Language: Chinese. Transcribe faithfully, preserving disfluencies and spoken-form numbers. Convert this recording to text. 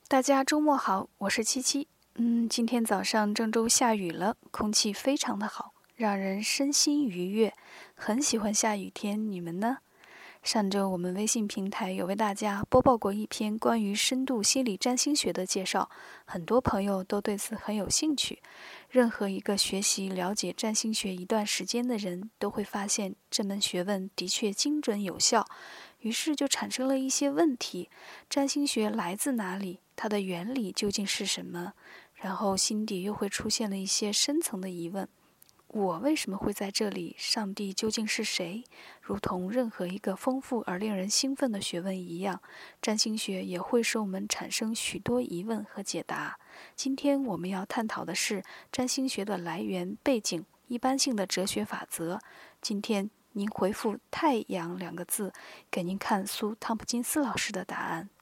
大家周末好，我是七七。嗯，今天早上郑州下雨了，空气非常的好，让人身心愉悦，很喜欢下雨天。你们呢？上周我们微信平台有为大家播报过一篇关于深度心理占星学的介绍，很多朋友都对此很有兴趣。任何一个学习了解占星学一段时间的人都会发现这门学问的确精准有效，于是就产生了一些问题：占星学来自哪里？它的原理究竟是什么？然后心底又会出现了一些深层的疑问：我为什么会在这里？上帝究竟是谁？如同任何一个丰富而令人兴奋的学问一样，占星学也会使我们产生许多疑问和解答。今天我们要探讨的是占星学的来源、背景、一般性的哲学法则。今天您回复"太阳"两个字，给您看苏汤普金斯老师的答案。